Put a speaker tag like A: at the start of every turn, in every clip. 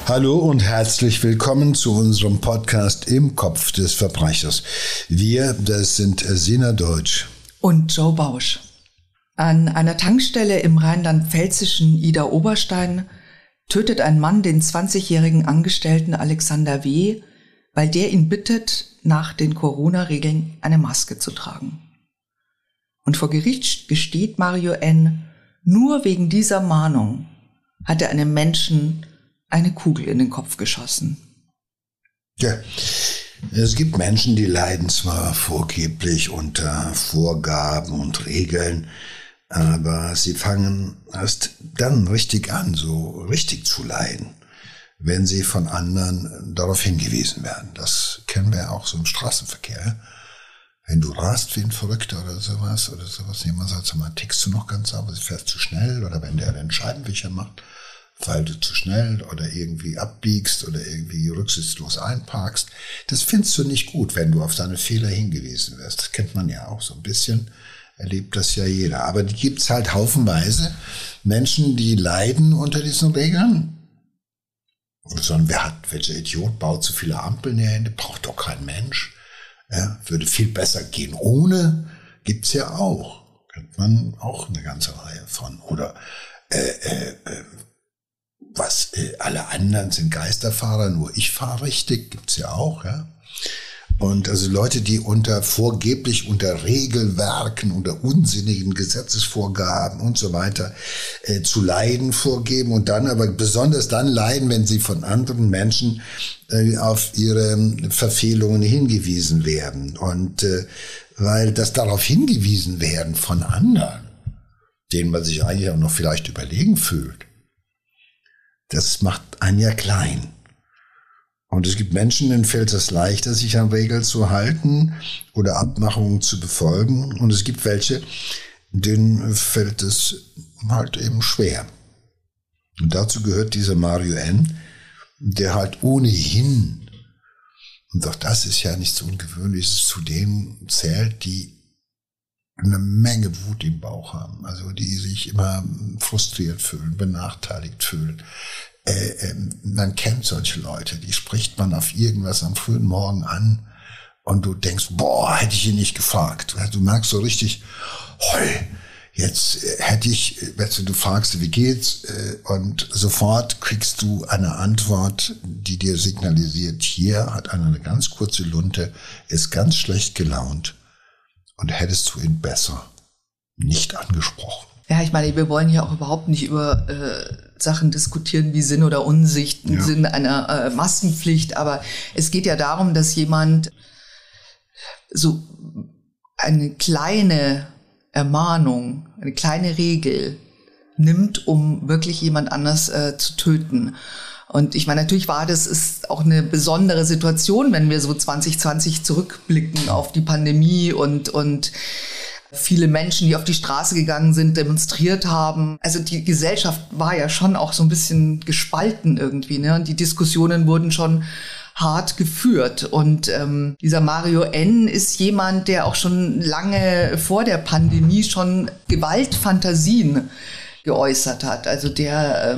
A: Hallo und herzlich willkommen zu unserem Podcast Im Kopf des Verbrechers. Wir, das sind Sina Deutsch
B: und Joe Bausch. An einer Tankstelle im rheinland-pfälzischen Idar-Oberstein tötet ein Mann den 20-jährigen Angestellten Alexander W., weil der ihn bittet, nach den Corona-Regeln eine Maske zu tragen. Und vor Gericht gesteht Mario N., nur wegen dieser Mahnung hat er einem Menschen eine Kugel in den Kopf geschossen.
A: Ja, es gibt Menschen, die leiden zwar vorgeblich unter Vorgaben und Regeln, aber sie fangen erst dann richtig an, so richtig zu leiden, wenn sie von anderen darauf hingewiesen werden. Das kennen wir ja auch so im Straßenverkehr. Wenn du rast wie ein Verrückter oder sowas, jemand sagt, sag mal, tickst du noch ganz sauber, du fährst zu schnell, oder wenn der den Scheibenwischer macht, weil du zu schnell oder irgendwie abbiegst oder irgendwie rücksichtslos einparkst. Das findest du nicht gut, wenn du auf deine Fehler hingewiesen wirst. Das kennt man ja auch so ein bisschen, erlebt das ja jeder. Aber die gibt's halt haufenweise Menschen, die leiden unter diesen Regeln. Welcher Idiot baut so viele Ampeln her? Braucht doch kein Mensch. Ja, würde viel besser gehen ohne. Gibt's ja auch. Kennt man auch eine ganze Reihe von. Oder alle anderen sind Geisterfahrer, nur ich fahre richtig, gibt's ja auch, ja. Und also Leute, die vorgeblich unter Regelwerken, unter unsinnigen Gesetzesvorgaben und so weiter zu leiden vorgeben und dann aber besonders dann leiden, wenn sie von anderen Menschen auf ihre Verfehlungen hingewiesen werden. Und weil das darauf hingewiesen werden von anderen, denen man sich eigentlich auch noch vielleicht überlegen fühlt, das macht einen ja klein. Und es gibt Menschen, denen fällt es leichter, sich an Regeln zu halten oder Abmachungen zu befolgen. Und es gibt welche, denen fällt es halt eben schwer. Und dazu gehört dieser Mario N., der halt ohnehin, und auch das ist ja nichts Ungewöhnliches, zu denen zählt, die eine Menge Wut im Bauch haben, also die sich immer frustriert fühlen, benachteiligt fühlen. Man kennt solche Leute, die spricht man auf irgendwas am frühen Morgen an und du denkst, boah, hätte ich ihn nicht gefragt. Du merkst so richtig, jetzt hätte ich, du fragst, wie geht's, und sofort kriegst du eine Antwort, die dir signalisiert, hier hat einer eine ganz kurze Lunte, ist ganz schlecht gelaunt. Und hättest du ihn besser nicht angesprochen.
B: Ja, ich meine, wir wollen hier auch überhaupt nicht über Sachen diskutieren wie Sinn oder Unsinn, ja. Sinn einer Maskenpflicht. Aber es geht ja darum, dass jemand so eine kleine Ermahnung, eine kleine Regel nimmt, um wirklich jemand anders zu töten. Und ich meine, natürlich ist auch eine besondere Situation, wenn wir so 2020 zurückblicken auf die Pandemie und viele Menschen, die auf die Straße gegangen sind, demonstriert haben. Also die Gesellschaft war ja schon auch so ein bisschen gespalten irgendwie, ne? Und die Diskussionen wurden schon hart geführt. Und dieser Mario N. ist jemand, der auch schon lange vor der Pandemie schon Gewaltfantasien geäußert hat. Also der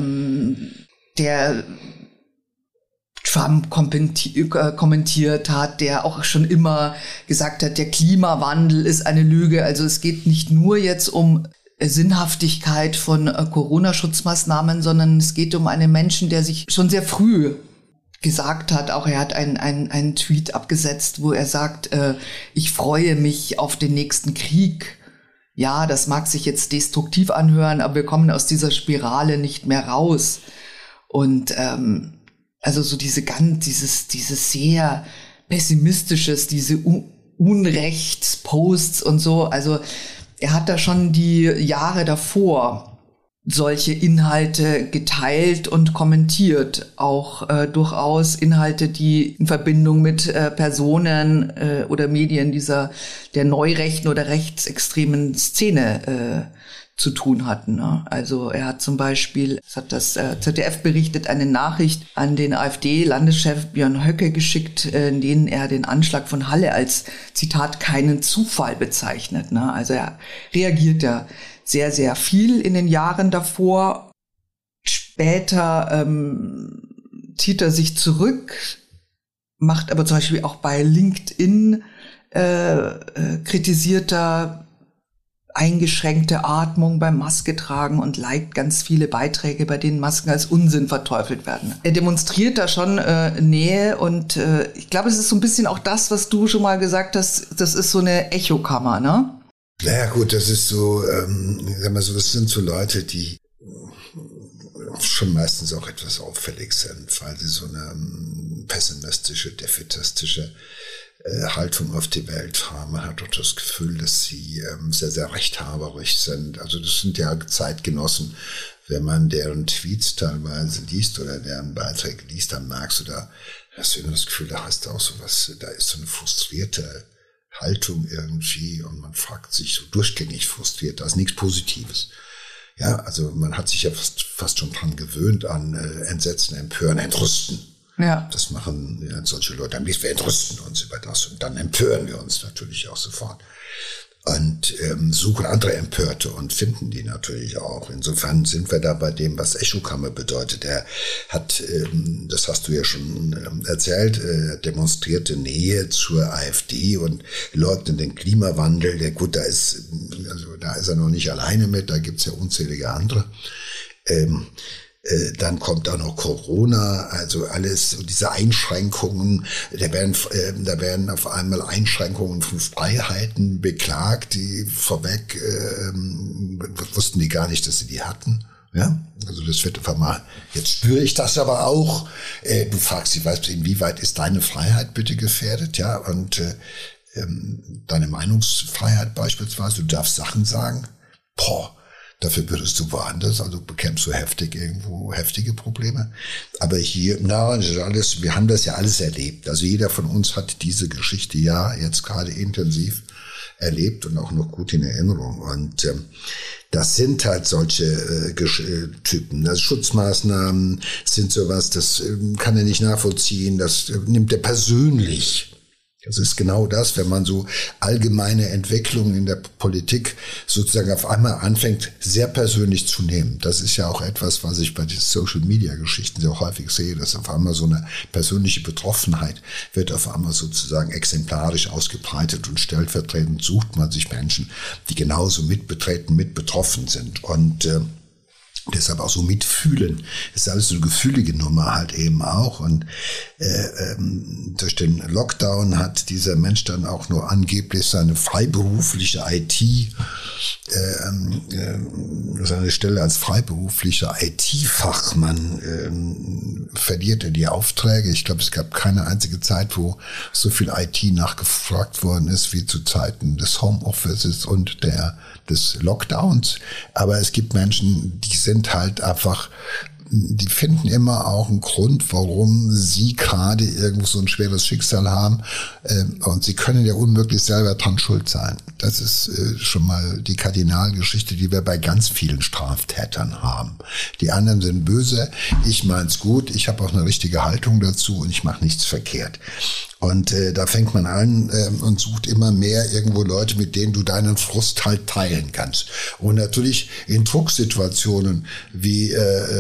B: Trump kommentiert hat, der auch schon immer gesagt hat, der Klimawandel ist eine Lüge. Also es geht nicht nur jetzt um Sinnhaftigkeit von Corona-Schutzmaßnahmen, sondern es geht um einen Menschen, der sich schon sehr früh gesagt hat, auch er hat einen Tweet abgesetzt, wo er sagt, ich freue mich auf den nächsten Krieg. Ja, das mag sich jetzt destruktiv anhören, aber wir kommen aus dieser Spirale nicht mehr raus. Und also so dieses sehr pessimistisches, diese Unrechtsposts und so. Also er hat da schon die Jahre davor solche Inhalte geteilt und kommentiert, auch durchaus Inhalte, die in Verbindung mit Personen oder Medien der neurechten oder rechtsextremen Szene zu tun hatten. Ne? Also er hat zum Beispiel, das hat das ZDF berichtet, eine Nachricht an den AfD-Landeschef Björn Höcke geschickt, in denen er den Anschlag von Halle als, Zitat, keinen Zufall bezeichnet. Ne? Also er reagiert ja sehr, sehr viel in den Jahren davor. Später zieht er sich zurück, macht aber zum Beispiel auch bei LinkedIn, kritisiert er eingeschränkte Atmung beim Maske tragen und liked ganz viele Beiträge, bei denen Masken als Unsinn verteufelt werden. Er demonstriert da schon Nähe und ich glaube, es ist so ein bisschen auch das, was du schon mal gesagt hast, das ist so eine Echokammer, ne?
A: Naja gut, das ist so, sag mal so, das sind so Leute, die schon meistens auch etwas auffällig sind, weil sie so eine pessimistische, defätistische Haltung auf die Welt haben. Man hat doch das Gefühl, dass sie sehr, sehr rechthaberisch sind. Also das sind ja Zeitgenossen. Wenn man deren Tweets teilweise liest oder deren Beiträge liest, dann merkst du, da hast du immer das Gefühl, da hast du auch sowas, da ist so eine frustrierte Haltung irgendwie und man fragt sich so durchgängig frustriert, da ist nichts Positives. Ja, also man hat sich ja fast schon dran gewöhnt an Entsetzen, Empören, Entrüsten. Ja. Das machen solche Leute. Dann wir entrüsten uns über das und dann empören wir uns natürlich auch sofort. Und suchen andere Empörte und finden die natürlich auch. Insofern sind wir da bei dem, was Echokammer bedeutet. Er hat, das hast du ja schon erzählt, demonstrierte Nähe zur AfD und leugnet den Klimawandel. Ja, gut, da ist er noch nicht alleine mit, da gibt's ja unzählige andere. Dann kommt auch noch Corona, also alles, diese Einschränkungen, da werden auf einmal Einschränkungen von Freiheiten beklagt, die vorweg wussten die gar nicht, dass sie die hatten. Ja, also das wird einfach mal, jetzt spüre ich das aber auch. Du fragst dich, weißt du, inwieweit ist deine Freiheit bitte gefährdet? Ja, und deine Meinungsfreiheit beispielsweise, du darfst Sachen sagen. Dafür würdest du woanders, also bekämpfst du irgendwo heftige Probleme. Aber hier, wir haben das ja alles erlebt. Also jeder von uns hat diese Geschichte ja jetzt gerade intensiv erlebt und auch noch gut in Erinnerung. Und das sind halt solche Typen. Also Schutzmaßnahmen sind sowas, das kann er nicht nachvollziehen, das nimmt er persönlich. Das ist genau das, wenn man so allgemeine Entwicklungen in der Politik sozusagen auf einmal anfängt, sehr persönlich zu nehmen. Das ist ja auch etwas, was ich bei diesen Social-Media-Geschichten sehr häufig sehe, dass auf einmal so eine persönliche Betroffenheit wird auf einmal sozusagen exemplarisch ausgebreitet und stellvertretend sucht man sich Menschen, die genauso mit betroffen sind und deshalb auch so mitfühlen. Das ist alles so eine gefühlige Nummer halt eben auch. Und durch den Lockdown hat dieser Mensch dann auch nur angeblich seine freiberufliche seine Stelle als freiberuflicher IT-Fachmann verliert er die Aufträge. Ich glaube, es gab keine einzige Zeit, wo so viel IT nachgefragt worden ist wie zu Zeiten des Homeoffices und des Lockdowns. Aber es gibt Menschen, die sind halt einfach, die finden immer auch einen Grund, warum sie gerade irgendwo so ein schweres Schicksal haben. Und sie können ja unmöglich selber dran schuld sein. Das ist schon mal die Kardinalgeschichte, die wir bei ganz vielen Straftätern haben. Die anderen sind böse, ich mein's gut, ich habe auch eine richtige Haltung dazu und ich mache nichts verkehrt. Und da fängt man an und sucht immer mehr irgendwo Leute, mit denen du deinen Frust halt teilen kannst. Und natürlich in Drucksituationen wie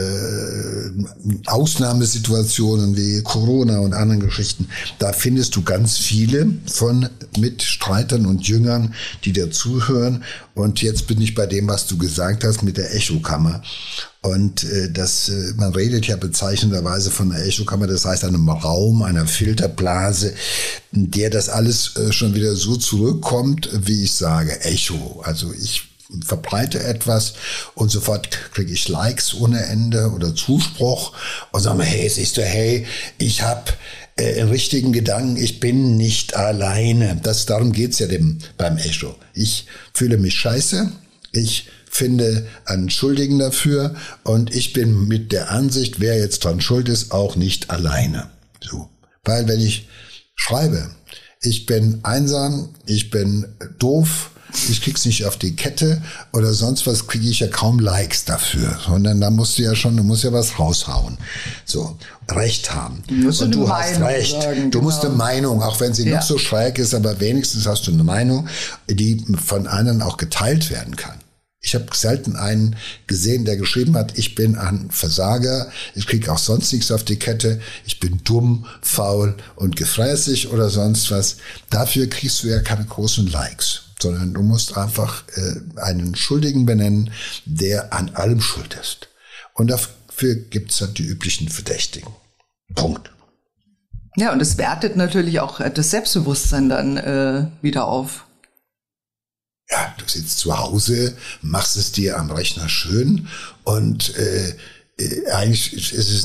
A: Ausnahmesituationen wie Corona und anderen Geschichten, da findest du ganz viele von Mitstreitern und Jüngern, die dir zuhören. Und jetzt bin ich bei dem, was du gesagt hast mit der Echokammer. Und man redet ja bezeichnenderweise von einer Echokammer, das heißt einem Raum, einer Filterblase, in der das alles schon wieder so zurückkommt, wie ich sage, Echo. Also ich verbreite etwas und sofort kriege ich Likes ohne Ende oder Zuspruch und sage, hey, siehst du, hey, ich habe einen richtigen Gedanken, ich bin nicht alleine. Darum geht's ja beim Echo. Ich fühle mich scheiße, ich finde einen Schuldigen dafür und ich bin mit der Ansicht, wer jetzt dran schuld ist, auch nicht alleine. So. Weil wenn ich schreibe, ich bin einsam, ich bin doof, ich krieg's nicht auf die Kette oder sonst was, kriege ich ja kaum Likes dafür, sondern da musst du ja was raushauen. So, Recht haben. Und du hast Recht. Du musst eine Meinung, auch wenn sie noch so schräg ist, aber wenigstens hast du eine Meinung, die von anderen auch geteilt werden kann. Ich habe selten einen gesehen, der geschrieben hat, ich bin ein Versager, ich kriege auch sonst nichts auf die Kette, ich bin dumm, faul und gefräßig oder sonst was. Dafür kriegst du ja keine großen Likes, sondern du musst einfach einen Schuldigen benennen, der an allem schuld ist. Und dafür gibt's dann die üblichen Verdächtigen. Punkt.
B: Ja, und es wertet natürlich auch das Selbstbewusstsein dann wieder auf.
A: Ja, du sitzt zu Hause, machst es dir am Rechner schön und eigentlich ist es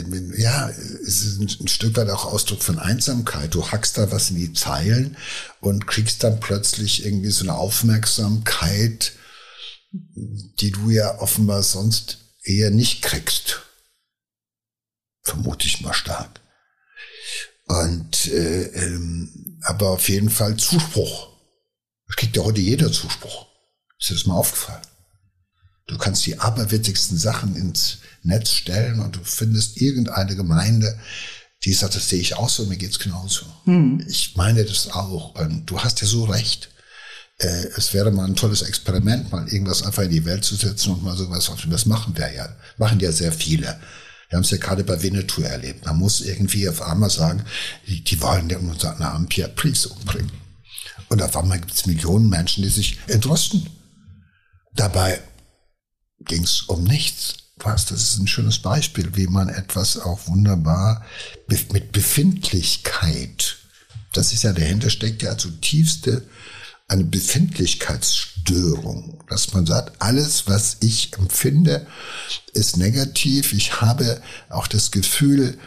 A: ein Stück weit auch Ausdruck von Einsamkeit. Du hackst da was in die Zeilen und kriegst dann plötzlich irgendwie so eine Aufmerksamkeit, die du ja offenbar sonst eher nicht kriegst. Vermute ich mal stark. Und aber auf jeden Fall Zuspruch. Es kriegt ja heute jeder Zuspruch. Ist dir das mal aufgefallen? Du kannst die aberwitzigsten Sachen ins Netz stellen und du findest irgendeine Gemeinde, die sagt, das sehe ich auch so, mir geht's genauso. Ich meine das auch. Und du hast ja so recht. Es wäre mal ein tolles Experiment, mal irgendwas einfach in die Welt zu setzen und mal sowas auf. Das machen ja sehr viele. Wir haben es ja gerade bei Winnetou erlebt. Man muss irgendwie auf einmal sagen, die wollen ja unseren Namen Pierre Brice umbringen. Und auf einmal gibt es Millionen Menschen, die sich entrüsten. Dabei ging es um nichts. Das ist ein schönes Beispiel, wie man etwas auch wunderbar mit Befindlichkeit, das ist ja dahinter steckt ja zutiefste eine Befindlichkeitsstörung, dass man sagt, alles, was ich empfinde, ist negativ. Ich habe auch das Gefühl,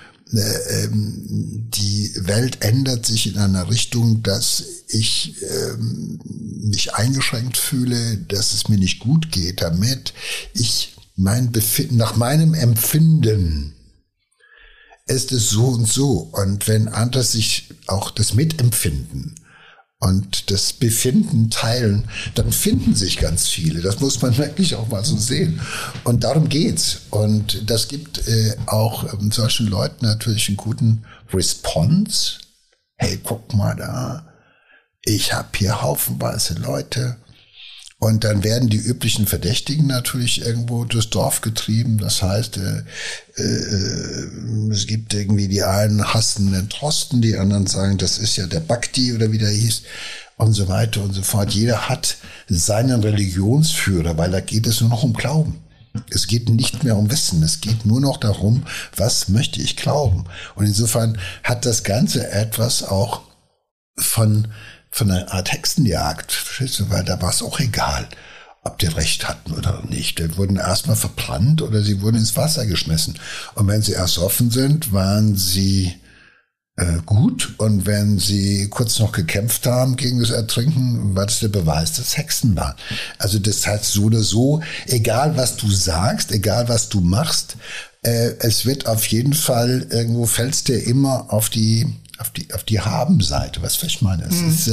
A: die Welt ändert sich in einer Richtung, dass ich mich eingeschränkt fühle, dass es mir nicht gut geht, damit ich nach meinem Empfinden ist es so und so. Und wenn andere sich auch das Mitempfinden und das Befinden teilen, dann finden sich ganz viele. Das muss man wirklich auch mal so sehen. Und darum geht's. Und das gibt auch solchen Leuten natürlich einen guten Response. Hey, guck mal da, ich habe hier haufenweise Leute. Und dann werden die üblichen Verdächtigen natürlich irgendwo durchs Dorf getrieben. Das heißt, es gibt irgendwie die einen hassen den Drosten, die anderen sagen, das ist ja der Bhakti oder wie der hieß und so weiter und so fort. Jeder hat seinen Religionsführer, weil da geht es nur noch um Glauben. Es geht nicht mehr um Wissen, es geht nur noch darum, was möchte ich glauben. Und insofern hat das Ganze etwas auch von einer Art Hexenjagd, weil da war es auch egal, ob die recht hatten oder nicht. Die wurden erstmal verbrannt oder sie wurden ins Wasser geschmissen. Und wenn sie ersoffen sind, waren sie gut. Und wenn sie kurz noch gekämpft haben gegen das Ertrinken, war das der Beweis, dass Hexen waren. Also das heißt so oder so, egal was du sagst, egal was du machst, es wird auf jeden Fall, irgendwo fällst dir immer auf die Haben-Seite, was ich meine. Es ist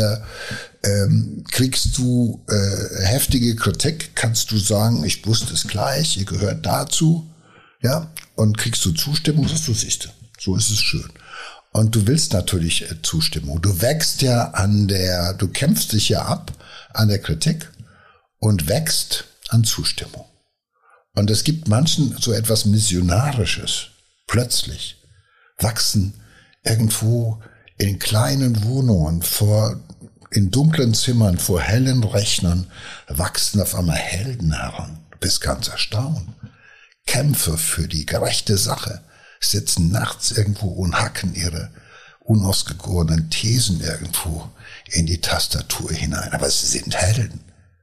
A: kriegst du heftige Kritik, kannst du sagen, ich wusste es gleich, ihr gehört dazu, ja, und kriegst du Zustimmung, sagst du, siehst du, so ist es schön. Und du willst natürlich Zustimmung. Du wächst ja du kämpfst dich ja ab an der Kritik und wächst an Zustimmung. Und es gibt manchen so etwas Missionarisches. Plötzlich wachsen irgendwo in kleinen Wohnungen, in dunklen Zimmern, vor hellen Rechnern, wachsen auf einmal Helden heran. Du bist ganz erstaunt. Kämpfer für die gerechte Sache sitzen nachts irgendwo und hacken ihre unausgegorenen Thesen irgendwo in die Tastatur hinein. Aber sie sind Helden.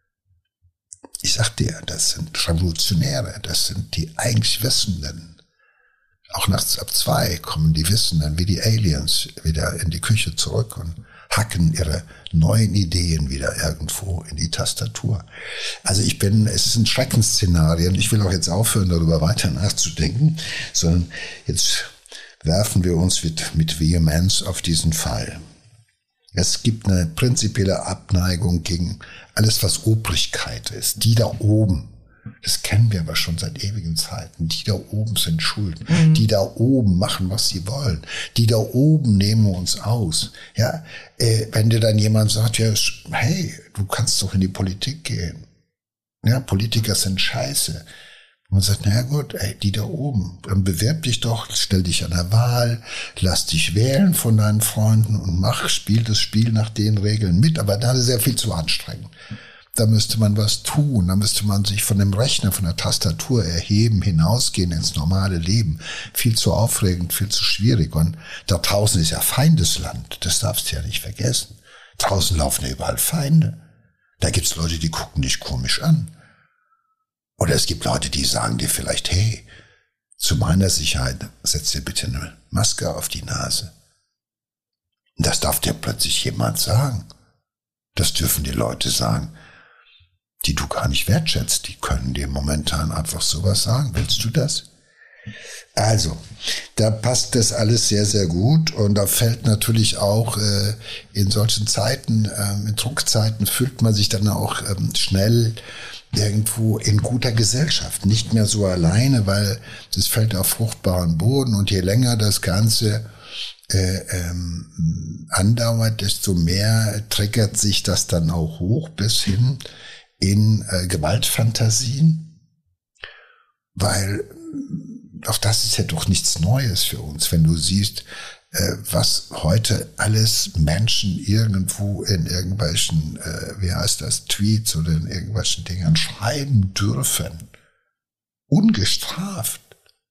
A: Ich sag dir, das sind Revolutionäre, das sind die eigentlich Wissenden. Auch nachts ab 2 kommen die Wissenden wie die Aliens wieder in die Küche zurück und hacken ihre neuen Ideen wieder irgendwo in die Tastatur. Also es sind Schreckensszenarien. Ich will auch jetzt aufhören, darüber weiter nachzudenken, sondern jetzt werfen wir uns mit Vehemenz auf diesen Fall. Es gibt eine prinzipielle Abneigung gegen alles, was Obrigkeit ist. Die da oben, das kennen wir aber schon seit ewigen Zeiten. Die da oben sind schuld. Die da oben machen, was sie wollen. Die da oben nehmen uns aus. Ja, wenn dir dann jemand sagt, ja, hey, du kannst doch in die Politik gehen. Ja, Politiker sind scheiße. Man sagt, naja gut, ey, die da oben, dann bewerb dich doch, stell dich an der Wahl, lass dich wählen von deinen Freunden und spiel das Spiel nach den Regeln mit. Aber da ist es sehr viel zu anstrengend. Da müsste man was tun, da müsste man sich von dem Rechner, von der Tastatur erheben, hinausgehen ins normale Leben. Viel zu aufregend, viel zu schwierig. Und da draußen ist ja Feindesland, das darfst du ja nicht vergessen. Draußen laufen ja überall Feinde. Da gibt's Leute, die gucken dich komisch an. Oder es gibt Leute, die sagen dir vielleicht, hey, zu meiner Sicherheit setz dir bitte eine Maske auf die Nase. Und das darf dir plötzlich jemand sagen. Das dürfen die Leute sagen, die du gar nicht wertschätzt. Die können dir momentan einfach sowas sagen. Willst du das? Also, da passt das alles sehr, sehr gut. Und da fällt natürlich auch in solchen Zeiten, in Druckzeiten, fühlt man sich dann auch schnell irgendwo in guter Gesellschaft, nicht mehr so alleine, weil das fällt auf fruchtbaren Boden und je länger das Ganze andauert, desto mehr triggert sich das dann auch hoch bis hin in Gewaltfantasien, weil auch das ist ja doch nichts Neues für uns, wenn du siehst, was heute alles Menschen irgendwo in irgendwelchen, Tweets oder in irgendwelchen Dingern schreiben dürfen. Ungestraft.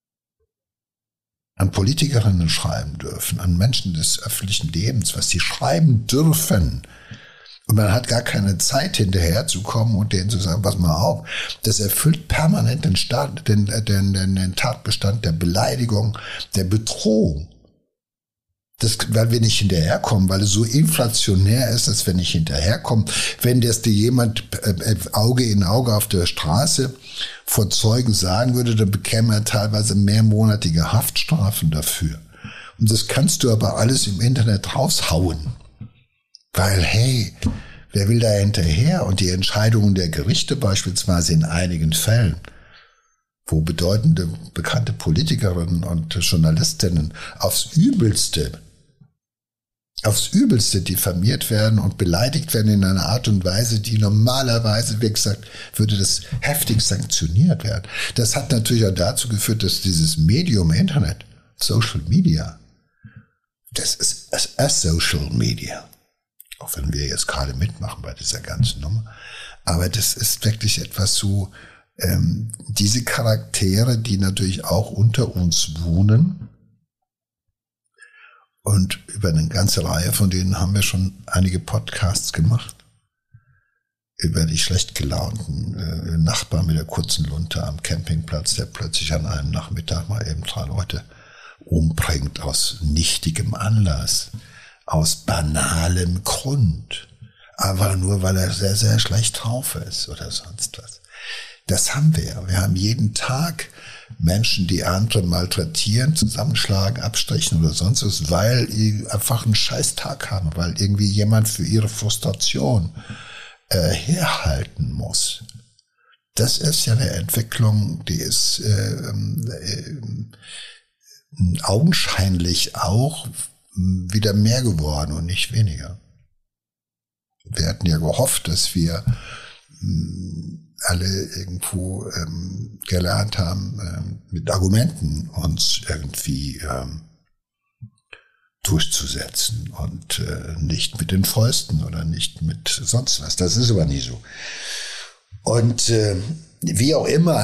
A: An Politikerinnen schreiben dürfen, an Menschen des öffentlichen Lebens, was sie schreiben dürfen. Und man hat gar keine Zeit hinterherzukommen und denen zu sagen, pass mal auf, das erfüllt permanent den Tatbestand der Beleidigung, der Bedrohung. Das, weil wir nicht hinterherkommen, weil es so inflationär ist, dass wir nicht hinterherkommen. Wenn das dir jemand Auge in Auge auf der Straße vor Zeugen sagen würde, dann bekäme er teilweise mehrmonatige Haftstrafen dafür. Und das kannst du aber alles im Internet raushauen. Weil, hey, wer will da hinterher? Und die Entscheidungen der Gerichte beispielsweise in einigen Fällen, wo bedeutende, bekannte Politikerinnen und Journalistinnen aufs Übelste diffamiert werden und beleidigt werden in einer Art und Weise, die normalerweise, wie gesagt, würde das heftig sanktioniert werden. Das hat natürlich auch dazu geführt, dass dieses Medium Internet, Social Media, das ist a Social Media. Auch wenn wir jetzt gerade mitmachen bei dieser ganzen Nummer. Aber das ist wirklich etwas so, diese Charaktere, die natürlich auch unter uns wohnen, und über eine ganze Reihe von denen haben wir schon einige Podcasts gemacht. Über die schlecht gelaunten Nachbarn mit der kurzen Lunte am Campingplatz, der plötzlich an einem Nachmittag mal eben 3 Leute umbringt aus nichtigem Anlass, aus banalem Grund. Aber nur, weil er sehr, sehr schlecht drauf ist oder sonst was. Das haben wir. Wir haben jeden Tag Menschen, die andere malträtieren, zusammenschlagen, abstechen oder sonst was, weil die einfach einen Scheißtag haben, weil irgendwie jemand für ihre Frustration herhalten muss. Das ist ja eine Entwicklung, die ist augenscheinlich auch wieder mehr geworden und nicht weniger. Wir hatten ja gehofft, dass wir alle irgendwo gelernt haben, mit Argumenten uns irgendwie durchzusetzen und nicht mit den Fäusten oder nicht mit sonst was. Das ist aber nie so. Und wie auch immer,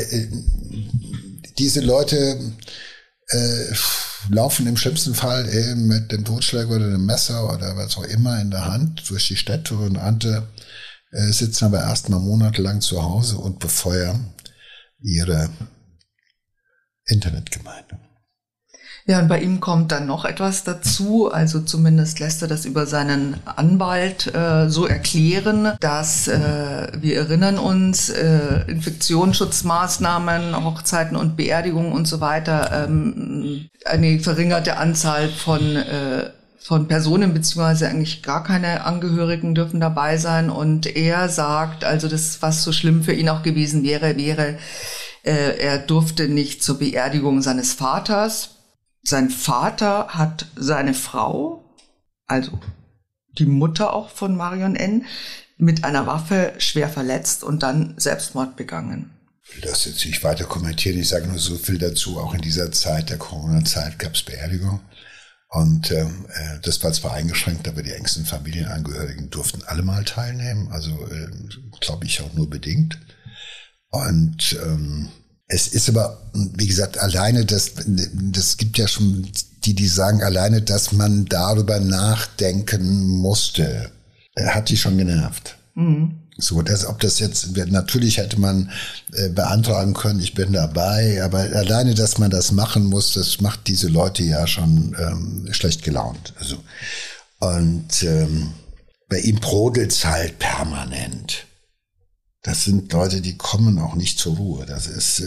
A: diese Leute laufen im schlimmsten Fall eben mit dem Totschläger oder dem Messer oder was auch immer in der Hand durch die Städte und andere sitzen aber erstmal monatelang zu Hause und befeuern ihre Internetgemeinde.
B: Ja, und bei ihm kommt dann noch etwas dazu, also zumindest lässt er das über seinen Anwalt so erklären, dass, wir erinnern uns, Infektionsschutzmaßnahmen, Hochzeiten und Beerdigungen und so weiter, eine verringerte Anzahl von Personen, beziehungsweise eigentlich gar keine Angehörigen dürfen dabei sein. Und er sagt, also das, was so schlimm für ihn auch gewesen wäre, er durfte nicht zur Beerdigung seines Vaters. Sein Vater hat seine Frau, also die Mutter auch von Marion N., mit einer Waffe schwer verletzt und dann Selbstmord begangen.
A: Ich will das jetzt nicht weiter kommentieren. Ich sage nur so viel dazu. Auch in dieser Zeit, der Corona-Zeit, gab es Beerdigung. Und das war zwar eingeschränkt, aber die engsten Familienangehörigen durften alle mal teilnehmen. Also glaube ich auch nur bedingt. Und es ist aber, wie gesagt, alleine das gibt ja schon die sagen, alleine, dass man darüber nachdenken musste, hat die schon genervt. Mhm. So, ob das jetzt, natürlich hätte man beantragen können, ich bin dabei, aber alleine, dass man das machen muss, das macht diese Leute ja schon schlecht gelaunt. Also, und bei ihm brodelt's halt permanent. Das sind Leute, die kommen auch nicht zur Ruhe. Das ist,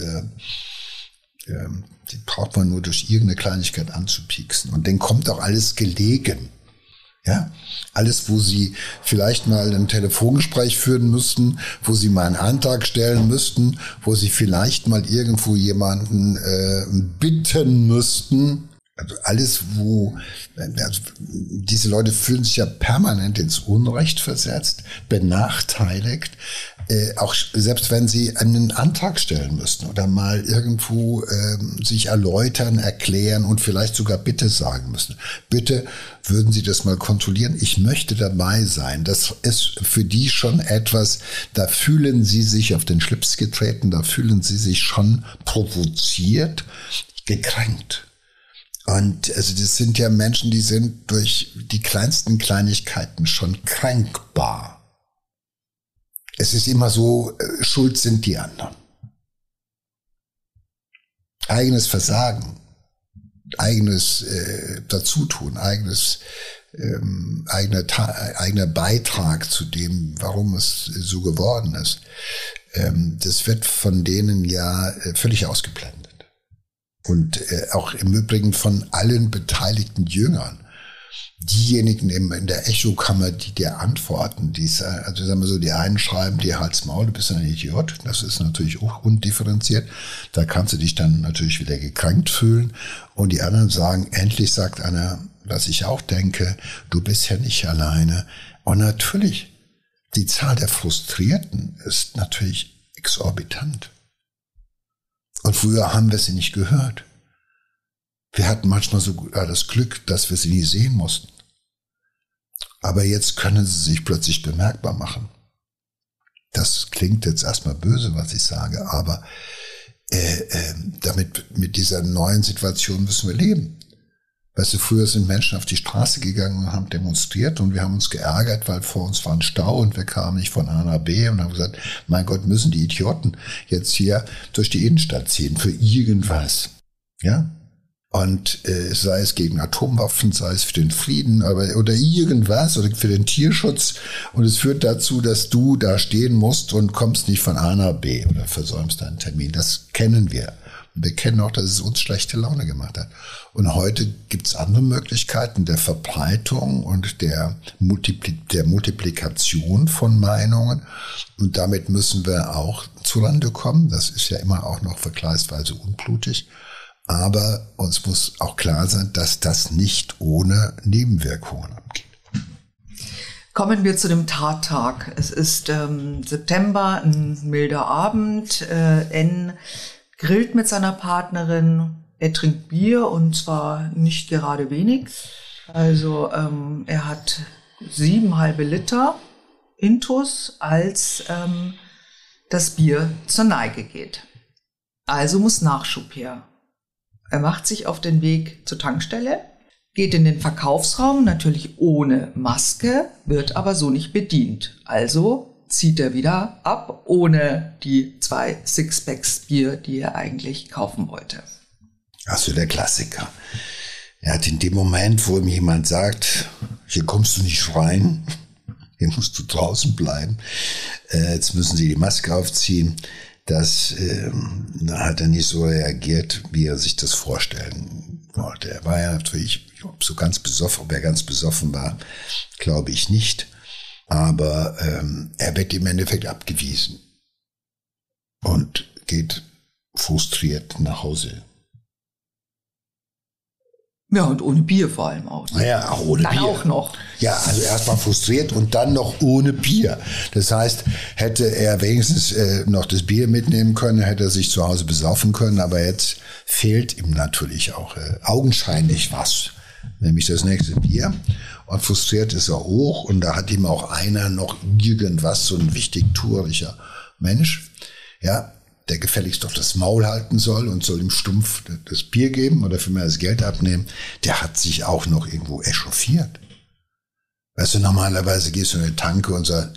A: die braucht man nur durch irgendeine Kleinigkeit anzupieksen. Und denen kommt auch alles gelegen. Ja, alles, wo sie vielleicht mal ein Telefongespräch führen müssten, wo sie mal einen Antrag stellen müssten, wo sie vielleicht mal irgendwo jemanden bitten müssten. Also alles, also diese Leute fühlen sich ja permanent ins Unrecht versetzt, benachteiligt, auch selbst wenn sie einen Antrag stellen müssten oder mal irgendwo sich erläutern, erklären und vielleicht sogar Bitte sagen müssen. Bitte würden Sie das mal kontrollieren? Ich möchte dabei sein. Das ist für die schon etwas, da fühlen sie sich auf den Schlips getreten, da fühlen sie sich schon provoziert, gekränkt. Und also das sind ja Menschen, die sind durch die kleinsten Kleinigkeiten schon kränkbar. Es ist immer so, schuld sind die anderen. Eigenes Versagen, eigenes Dazutun, eigener Beitrag zu dem, warum es so geworden ist, das wird von denen ja völlig ausgeblendet. Und auch im Übrigen von allen beteiligten Jüngern. Diejenigen in der Echokammer, die dir antworten, also sagen wir so, die einen schreiben dir Hals Maul, du bist ein Idiot, das ist natürlich auch undifferenziert, da kannst du dich dann natürlich wieder gekränkt fühlen und die anderen sagen, endlich sagt einer, was ich auch denke, du bist ja nicht alleine. Und natürlich, die Zahl der Frustrierten ist natürlich exorbitant. Und früher haben wir sie nicht gehört. Wir hatten manchmal sogar das Glück, dass wir sie nie sehen mussten. Aber jetzt können sie sich plötzlich bemerkbar machen. Das klingt jetzt erstmal böse, was ich sage, aber mit dieser neuen Situation müssen wir leben. Weißt du, früher sind Menschen auf die Straße gegangen und haben demonstriert und wir haben uns geärgert, weil vor uns war ein Stau und wir kamen nicht von A nach B und haben gesagt, mein Gott, müssen die Idioten jetzt hier durch die Innenstadt ziehen für irgendwas. Ja? Und sei es gegen Atomwaffen, sei es für den Frieden oder irgendwas oder für den Tierschutz. Und es führt dazu, dass du da stehen musst und kommst nicht von A nach B oder versäumst deinen Termin. Das kennen wir. Und wir kennen auch, dass es uns schlechte Laune gemacht hat. Und heute gibt es andere Möglichkeiten der Verbreitung und der Multiplikation von Meinungen. Und damit müssen wir auch zurande kommen. Das ist ja immer auch noch vergleichsweise unblutig. Aber uns muss auch klar sein, dass das nicht ohne Nebenwirkungen abgeht.
B: Kommen wir zu dem Tattag. Es ist September, ein milder Abend. N grillt mit seiner Partnerin. Er trinkt Bier und zwar nicht gerade wenig. Also er hat 7,5 Liter Intus, als das Bier zur Neige geht. Also muss Nachschub her. Er macht sich auf den Weg zur Tankstelle, geht in den Verkaufsraum, natürlich ohne Maske, wird aber so nicht bedient. Also zieht er wieder ab, ohne die 2 Sixpacks Bier, die er eigentlich kaufen wollte.
A: Also der Klassiker. Er hat in dem Moment, wo ihm jemand sagt, hier kommst du nicht rein, hier musst du draußen bleiben, jetzt müssen Sie die Maske aufziehen, das hat er nicht so reagiert, wie er sich das vorstellen wollte. Er war ja natürlich, ob er ganz besoffen war, glaube ich nicht. Aber er wird im Endeffekt abgewiesen und geht frustriert nach Hause.
B: Ja, und ohne Bier vor allem auch.
A: Naja, auch ohne
B: dann
A: Bier.
B: Auch noch.
A: Ja, also erstmal frustriert und dann noch ohne Bier. Das heißt, hätte er wenigstens noch das Bier mitnehmen können, hätte er sich zu Hause besaufen können, aber jetzt fehlt ihm natürlich auch augenscheinlich was, nämlich das nächste Bier. Und frustriert ist er hoch und da hat ihm auch einer noch irgendwas, so ein wichtigtueriger Mensch, ja, der gefälligst auf das Maul halten soll und soll ihm stumpf das Bier geben oder vielmehr das Geld abnehmen, der hat sich auch noch irgendwo echauffiert. Weißt du, normalerweise gehst du in eine Tanke und sagst,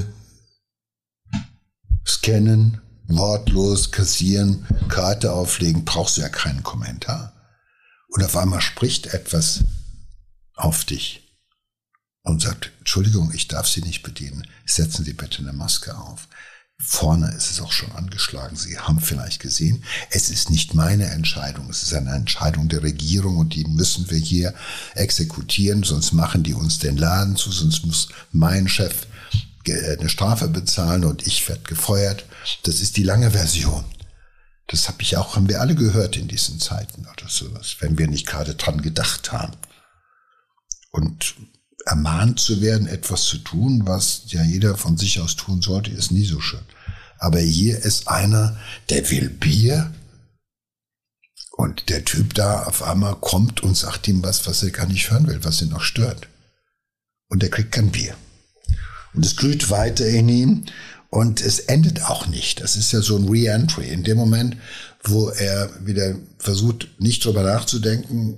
A: scannen, wortlos, kassieren, Karte auflegen, brauchst du ja keinen Kommentar. Und auf einmal spricht etwas auf dich und sagt, Entschuldigung, ich darf Sie nicht bedienen, setzen Sie bitte eine Maske auf. Vorne ist es auch schon angeschlagen. Sie haben vielleicht gesehen, es ist nicht meine Entscheidung, es ist eine Entscheidung der Regierung und die müssen wir hier exekutieren, sonst machen die uns den Laden zu, sonst muss mein Chef eine Strafe bezahlen und ich werde gefeuert. Das ist die lange Version. Das haben wir alle gehört in diesen Zeiten oder sowas, wenn wir nicht gerade dran gedacht haben. Und ermahnt zu werden, etwas zu tun, was ja jeder von sich aus tun sollte, ist nie so schön. Aber hier ist einer, der will Bier und der Typ da auf einmal kommt und sagt ihm was er gar nicht hören will, was ihn noch stört. Und er kriegt kein Bier. Und es glüht weiter in ihm und es endet auch nicht. Das ist ja so ein Re-Entry. In dem Moment, wo er wieder versucht, nicht drüber nachzudenken,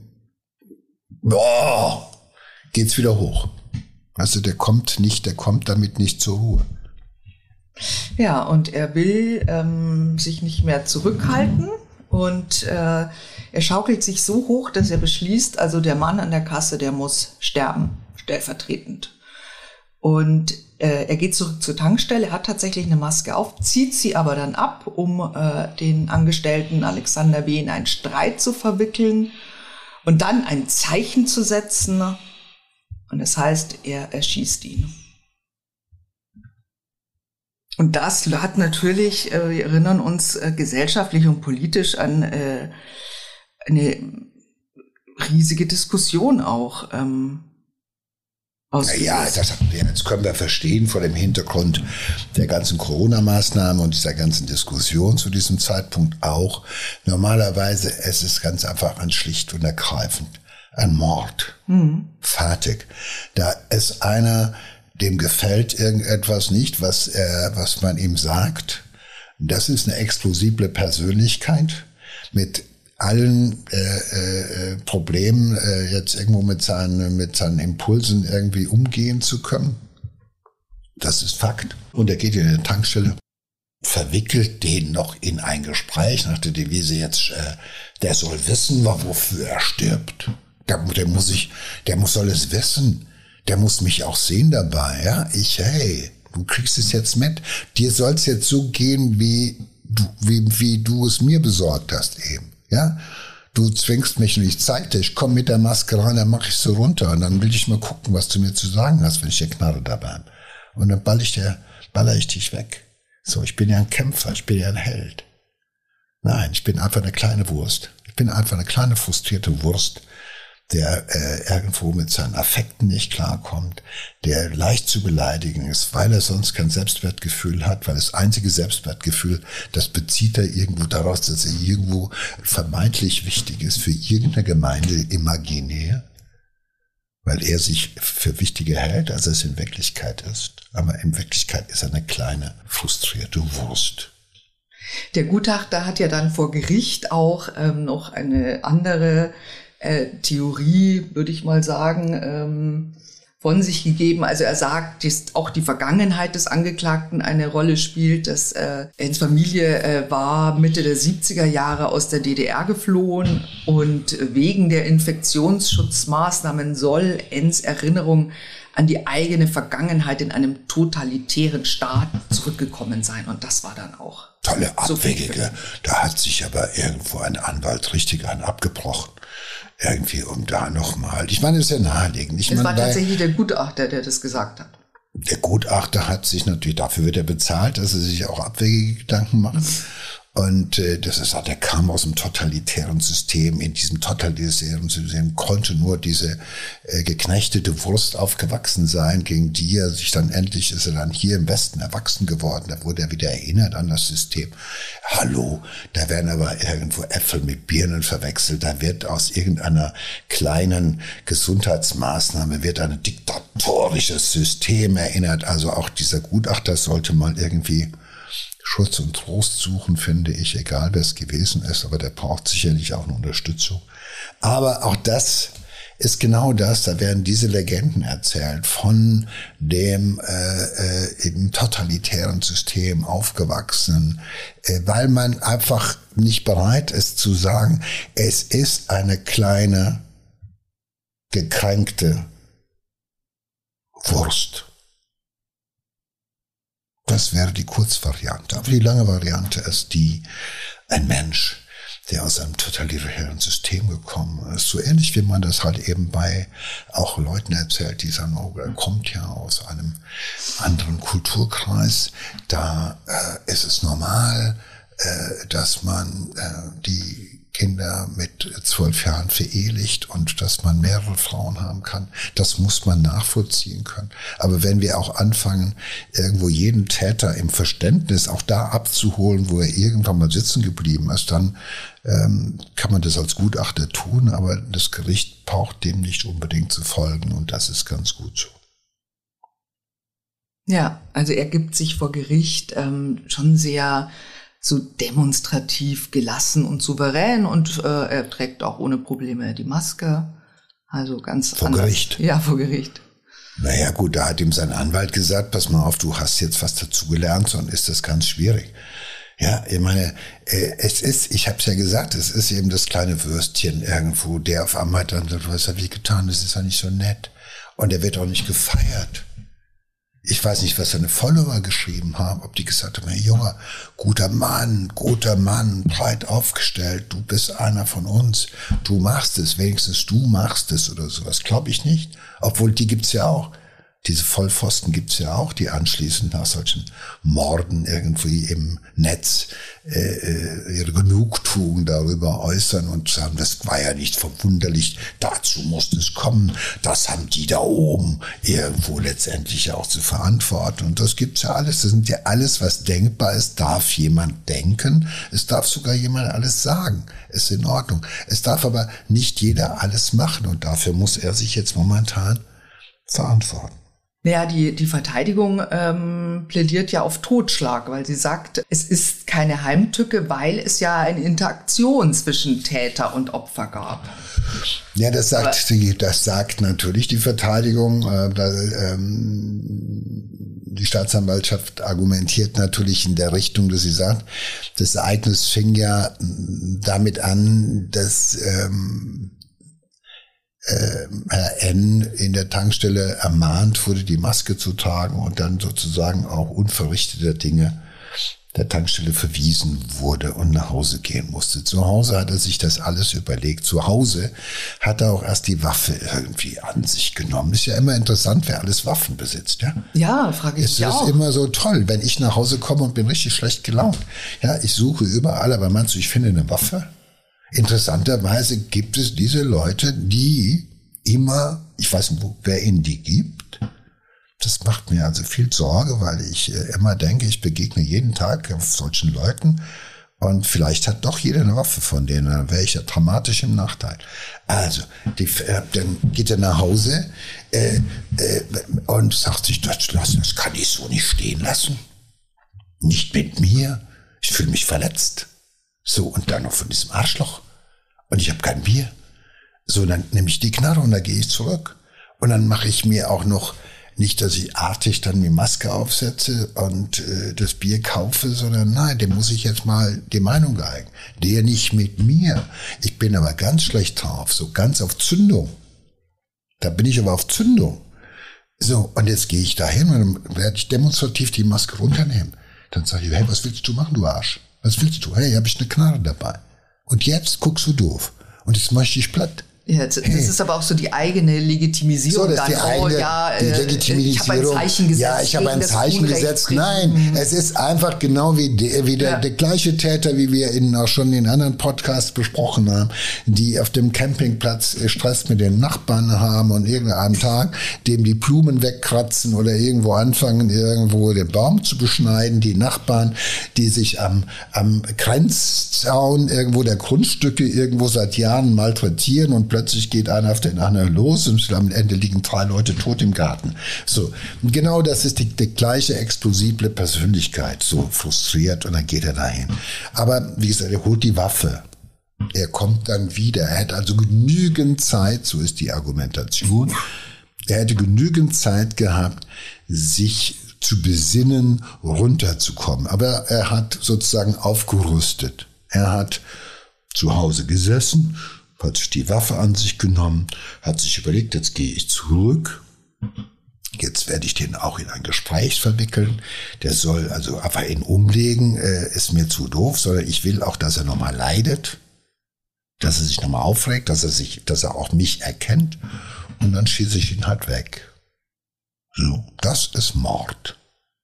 A: geht's wieder hoch. Also der kommt damit nicht zur Ruhe.
B: Ja, und er will sich nicht mehr zurückhalten und er schaukelt sich so hoch, dass er beschließt, also der Mann an der Kasse, der muss sterben, stellvertretend. Und er geht zurück zur Tankstelle, hat tatsächlich eine Maske auf, zieht sie aber dann ab, um den Angestellten Alexander B. in einen Streit zu verwickeln und dann ein Zeichen zu setzen. Und das heißt, er erschießt ihn. Und das hat natürlich, wir erinnern uns gesellschaftlich und politisch an eine riesige Diskussion auch.
A: Ja, das können wir verstehen vor dem Hintergrund der ganzen Corona-Maßnahmen und dieser ganzen Diskussion zu diesem Zeitpunkt auch. Normalerweise es ist ganz einfach schlicht und ergreifend ein Mord. Fertig. Da ist einer, dem gefällt irgendetwas nicht, was man ihm sagt. Das ist eine explosible Persönlichkeit mit allen Problemen jetzt irgendwo mit seinen Impulsen irgendwie umgehen zu können. Das ist Fakt. Und er geht in eine Tankstelle, verwickelt den noch in ein Gespräch nach der Devise jetzt, der soll wissen, wofür er stirbt. Der soll es wissen. Der muss mich auch sehen dabei, ja. Du kriegst es jetzt mit. Dir soll es jetzt so gehen, wie du es mir besorgt hast eben. Ja, du zwingst mich und ich zeig dir, ich komm mit der Maske rein, dann mache ich so runter und dann will ich mal gucken, was du mir zu sagen hast, wenn ich dir Knarre dabei habe. Und dann baller ich dich weg. So, ich bin ja ein Kämpfer, ich bin ja ein Held. Nein, ich bin einfach eine kleine Wurst. Ich bin einfach eine kleine frustrierte Wurst, der irgendwo mit seinen Affekten nicht klarkommt, der leicht zu beleidigen ist, weil er sonst kein Selbstwertgefühl hat, weil das einzige Selbstwertgefühl, das bezieht er irgendwo daraus, dass er irgendwo vermeintlich wichtig ist für irgendeine Gemeinde imaginär, weil er sich für wichtiger hält, als er es in Wirklichkeit ist. Aber in Wirklichkeit ist er eine kleine, frustrierte Wurst.
B: Der Gutachter hat ja dann vor Gericht auch noch eine andere Theorie, würde ich mal sagen, von sich gegeben. Also er sagt, dass auch die Vergangenheit des Angeklagten eine Rolle spielt, dass Enns Familie war Mitte der 70er Jahre aus der DDR geflohen und wegen der Infektionsschutzmaßnahmen soll Enns Erinnerung an die eigene Vergangenheit in einem totalitären Staat zurückgekommen sein. Und das war dann auch
A: tolle Abwegige. Da hat sich aber irgendwo ein Anwalt richtig abgebrochen. Irgendwie um da nochmal. Ich meine, das ist ja naheliegend.
B: Es war tatsächlich der Gutachter, der das gesagt hat.
A: Der Gutachter hat sich natürlich, dafür wird er bezahlt, dass er sich auch abwegige Gedanken macht. Und das ist auch, der kam aus dem totalitären System. In diesem totalitären System konnte nur diese geknechtete Wurst aufgewachsen sein, gegen die er sich dann endlich, ist er dann hier im Westen erwachsen geworden. Da wurde er wieder erinnert an das System. Hallo, da werden aber irgendwo Äpfel mit Birnen verwechselt. Da wird aus irgendeiner kleinen Gesundheitsmaßnahme wird ein diktatorisches System erinnert. Also auch dieser Gutachter sollte mal irgendwie Schutz und Trost suchen, finde ich, egal wer es gewesen ist, aber der braucht sicherlich auch eine Unterstützung. Aber auch das ist genau das, da werden diese Legenden erzählt von dem im totalitären System aufgewachsenen, weil man einfach nicht bereit ist zu sagen, es ist eine kleine, gekränkte Wurst. Das wäre die Kurzvariante. Aber die lange Variante ist die, ein Mensch, der aus einem totalitären System gekommen ist. So ähnlich wie man das halt eben bei auch Leuten erzählt, die sagen, oh, er kommt ja aus einem anderen Kulturkreis. Da ist es normal, dass man die Kinder mit 12 Jahren verehelicht und dass man mehrere Frauen haben kann. Das muss man nachvollziehen können. Aber wenn wir auch anfangen, irgendwo jeden Täter im Verständnis auch da abzuholen, wo er irgendwann mal sitzen geblieben ist, dann kann man das als Gutachter tun, aber das Gericht braucht dem nicht unbedingt zu folgen und das ist ganz gut so.
B: Ja, also er gibt sich vor Gericht schon sehr so demonstrativ gelassen und souverän und er trägt auch ohne Probleme die Maske. Also ganz
A: vor anders. Gericht?
B: Ja, vor Gericht.
A: Naja gut, da hat ihm sein Anwalt gesagt, pass mal auf, du hast jetzt was dazugelernt, sonst ist das ganz schwierig. Ja, ich meine, es ist, ich habe es ja gesagt, es ist eben das kleine Würstchen irgendwo, der auf einmal dann sagt, was habe ich getan, das ist ja nicht so nett. Und er wird auch nicht gefeiert. Ich weiß nicht, was seine Follower geschrieben haben, ob die gesagt haben, hey Junge, guter Mann, breit aufgestellt, du bist einer von uns, du machst es, wenigstens du machst es oder sowas, glaube ich nicht. Obwohl, die gibt's ja auch. Diese Vollpfosten gibt's ja auch, die anschließend nach solchen Morden irgendwie im Netz ihre Genugtuung darüber äußern und sagen, das war ja nicht verwunderlich, dazu musste es kommen, das haben die da oben irgendwo letztendlich auch zu verantworten. Und das gibt's ja alles, das sind ja alles, was denkbar ist, darf jemand denken, es darf sogar jemand alles sagen, ist in Ordnung. Es darf aber nicht jeder alles machen und dafür muss er sich jetzt momentan verantworten.
B: Ja, die Verteidigung plädiert ja auf Totschlag, weil sie sagt, es ist keine Heimtücke, weil es ja eine Interaktion zwischen Täter und Opfer gab.
A: Ja, das sagt natürlich die Verteidigung. Die Staatsanwaltschaft argumentiert natürlich in der Richtung, dass sie sagt, das Ereignis fing ja damit an, dass Herr N. in der Tankstelle ermahnt wurde, die Maske zu tragen und dann sozusagen auch unverrichteter Dinge der Tankstelle verwiesen wurde und nach Hause gehen musste. Zu Hause hat er sich das alles überlegt. Zu Hause hat er auch erst die Waffe irgendwie an sich genommen. Ist ja immer interessant, wer alles Waffen besitzt, ja?
B: Ja, frage ich mich auch.
A: Es ist immer so toll, wenn ich nach Hause komme und bin richtig schlecht gelaunt. Ja, ich suche überall, aber meinst du, ich finde eine Waffe? Interessanterweise gibt es diese Leute, die immer, ich weiß nicht, wer ihnen die gibt. Das macht mir also viel Sorge, weil ich immer denke, ich begegne jeden Tag auf solchen Leuten und vielleicht hat doch jeder eine Waffe von denen, dann wäre ich ja dramatisch im Nachteil. Also, dann geht er nach Hause und sagt sich, das kann ich so nicht stehen lassen. Nicht mit mir. Ich fühle mich verletzt. So, und dann noch von diesem Arschloch. Und ich habe kein Bier. So, dann nehme ich die Knarre und dann gehe ich zurück. Und dann mache ich mir auch noch, nicht, dass ich artig dann die Maske aufsetze und das Bier kaufe, sondern nein, dem muss ich jetzt mal die Meinung geigen. Der nicht mit mir. Ich bin aber ganz schlecht drauf, so ganz auf Zündung. Da bin ich aber auf Zündung. So, und jetzt gehe ich dahin und dann werde ich demonstrativ die Maske runternehmen. Dann sage ich, hey, was willst du machen, du Arsch? Was willst du? Hey, habe ich eine Knarre dabei. Und jetzt guckst du doof. Und jetzt mach ich dich platt.
B: Ja, das ist aber auch so die eigene Legitimisierung.
A: So, das ist die eigene die Legitimisierung.
B: Ich habe ein Zeichen gesetzt.
A: Ja, ich habe ein Zeichen gesetzt. Nein, es ist einfach genau wie der gleiche Täter, wie wir auch schon in anderen Podcasts besprochen haben, die auf dem Campingplatz Stress mit den Nachbarn haben und irgendeinem Tag dem die Blumen wegkratzen oder irgendwo anfangen, irgendwo den Baum zu beschneiden. Die Nachbarn, die sich am Grenzzaun irgendwo der Grundstücke irgendwo seit Jahren malträtieren und plötzlich geht einer auf den anderen los und am Ende liegen 3 Leute tot im Garten. So, genau das ist die gleiche explosible Persönlichkeit, so frustriert, und dann geht er dahin. Aber wie gesagt, er holt die Waffe. Er kommt dann wieder. Er hat also genügend Zeit, so ist die Argumentation. Er hätte genügend Zeit gehabt, sich zu besinnen, runterzukommen. Aber er hat sozusagen aufgerüstet. Er hat zu Hause gesessen, hat sich die Waffe an sich genommen, hat sich überlegt, jetzt gehe ich zurück, jetzt werde ich den auch in ein Gespräch verwickeln, der soll also einfach ihn umlegen, ist mir zu doof, sondern ich will auch, dass er nochmal leidet, dass er sich nochmal aufregt, dass er auch mich erkennt, und dann schieße ich ihn halt weg. So, das ist Mord.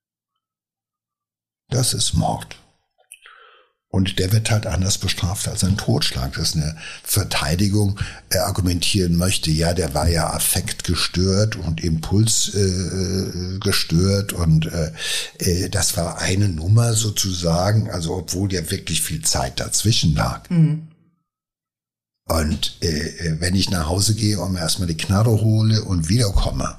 A: Das ist Mord. Und der wird halt anders bestraft als ein Totschlag. Das ist eine Verteidigung. Er argumentieren möchte, ja, der war ja affektgestört und impulsgestört und das war eine Nummer sozusagen, also obwohl ja wirklich viel Zeit dazwischen lag. Mhm. Und wenn ich nach Hause gehe und mir erstmal die Knarre hole und wiederkomme,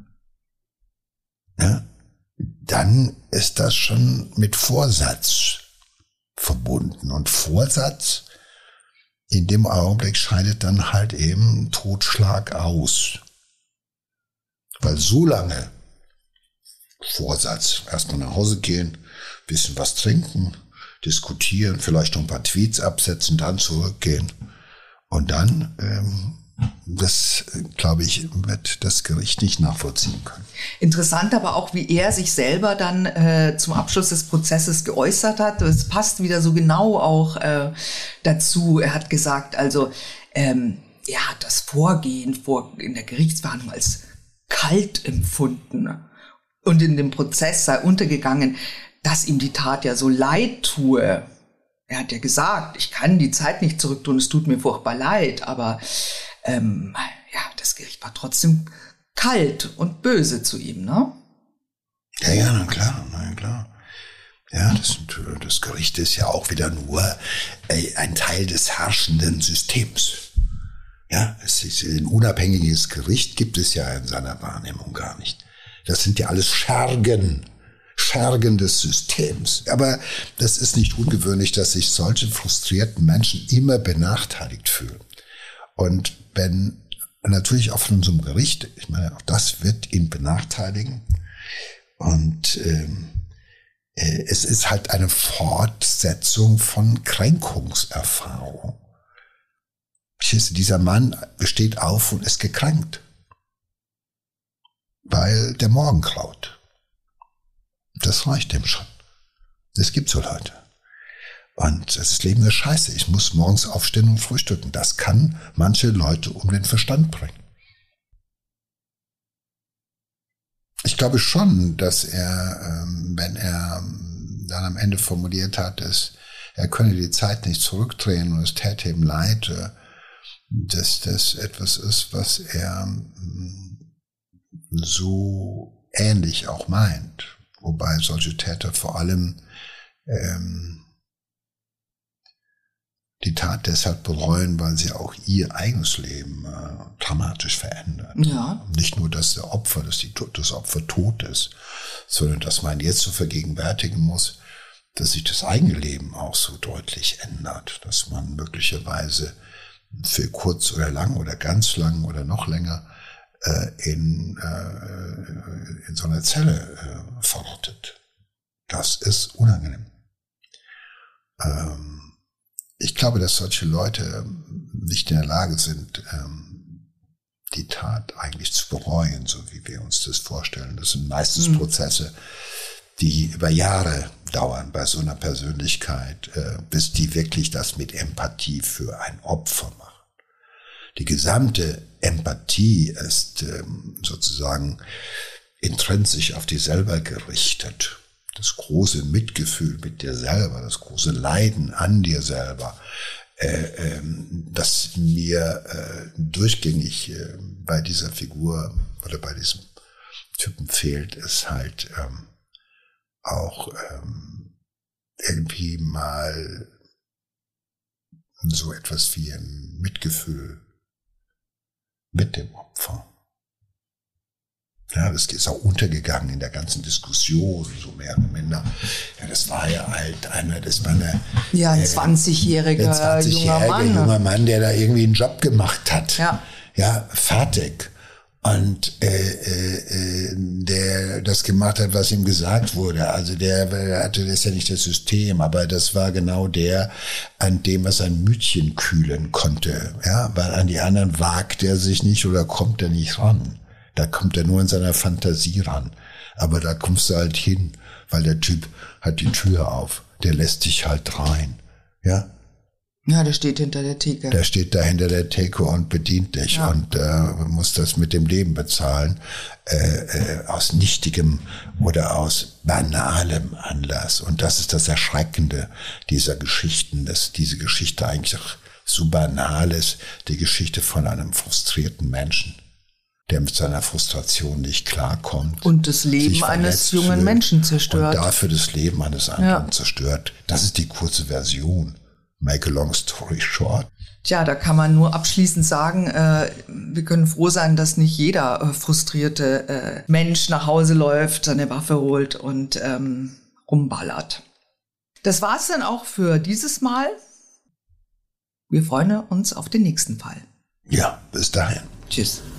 A: ja, dann ist das schon mit Vorsatz verbunden. Und Vorsatz, in dem Augenblick scheidet dann halt eben Totschlag aus. Weil so lange Vorsatz, erstmal nach Hause gehen, bisschen was trinken, diskutieren, vielleicht noch ein paar Tweets absetzen, dann zurückgehen. Und dann, das, glaube ich, wird das Gericht nicht nachvollziehen können.
B: Interessant aber auch, wie er sich selber dann zum Abschluss des Prozesses geäußert hat. Das passt wieder so genau auch dazu. Er hat gesagt, also er hat das Vorgehen in der Gerichtsverhandlung als kalt empfunden und in dem Prozess sei untergegangen, dass ihm die Tat ja so leid tue. Er hat ja gesagt, ich kann die Zeit nicht zurücktun, es tut mir furchtbar leid, aber das Gericht war trotzdem kalt und böse zu ihm, ne?
A: Ja, na klar. Ja, das Gericht ist ja auch wieder nur ein Teil des herrschenden Systems. Ja, ein unabhängiges Gericht gibt es ja in seiner Wahrnehmung gar nicht. Das sind ja alles Schergen des Systems. Aber das ist nicht ungewöhnlich, dass sich solche frustrierten Menschen immer benachteiligt fühlen. Und wenn natürlich auch von so einem Gericht, ich meine, auch das wird ihn benachteiligen. Und es ist halt eine Fortsetzung von Kränkungserfahrung. Dieser Mann steht auf und ist gekränkt, weil der Morgen graut. Das reicht dem schon. Das gibt so Leute. Und das Leben ist scheiße. Ich muss morgens aufstehen und frühstücken. Das kann manche Leute um den Verstand bringen. Ich glaube schon, dass er, wenn er dann am Ende formuliert hat, dass er könne die Zeit nicht zurückdrehen und es täte ihm leid, dass das etwas ist, was er so ähnlich auch meint. Wobei solche Täter vor allem die Tat deshalb bereuen, weil sie auch ihr eigenes Leben dramatisch verändert.
B: Ja.
A: Nicht nur, dass das Opfer tot ist, sondern dass man jetzt so vergegenwärtigen muss, dass sich das eigene Leben auch so deutlich ändert, dass man möglicherweise für kurz oder lang oder ganz lang oder noch länger in so einer Zelle verrottet. Das ist unangenehm. Ich glaube, dass solche Leute nicht in der Lage sind, die Tat eigentlich zu bereuen, so wie wir uns das vorstellen. Das sind meistens Prozesse, die über Jahre dauern bei so einer Persönlichkeit, bis die wirklich das mit Empathie für ein Opfer machen. Die gesamte Empathie ist sozusagen intrinsisch auf dir selber gerichtet. Das große Mitgefühl mit dir selber, das große Leiden an dir selber, das mir durchgängig bei dieser Figur oder bei diesem Typen fehlt, ist halt auch irgendwie mal so etwas wie ein Mitgefühl mit dem Opfer. Ja, das ist auch untergegangen in der ganzen Diskussion, so mehr oder minder. Ja, das war ja halt ein
B: 20-jähriger
A: junger Mann, der da irgendwie einen Job gemacht hat. Ja, fertig. Und der das gemacht hat, was ihm gesagt wurde. Also der hatte das ja nicht das System, aber das war genau der, an dem er sein Mütchen kühlen konnte. Ja, weil an die anderen wagt er sich nicht oder kommt er nicht ran. Da kommt er nur in seiner Fantasie ran. Aber da kommst du halt hin, weil der Typ hat die Tür auf. Der lässt dich halt rein. Ja?
B: Ja, der steht hinter der Theke.
A: Der steht da hinter der Theke und bedient dich und muss das mit dem Leben bezahlen. Aus nichtigem oder aus banalem Anlass. Und das ist das Erschreckende dieser Geschichten, dass diese Geschichte eigentlich auch so banal ist. Die Geschichte von einem frustrierten Menschen, der mit seiner Frustration nicht klarkommt.
B: Und das Leben eines jungen Menschen zerstört.
A: Und dafür das Leben eines anderen zerstört. Das ist die kurze Version. Make a long story short.
B: Tja, da kann man nur abschließend sagen, wir können froh sein, dass nicht jeder frustrierte Mensch nach Hause läuft, seine Waffe holt und rumballert. Das war's dann auch für dieses Mal. Wir freuen uns auf den nächsten Fall.
A: Ja, bis dahin.
B: Tschüss.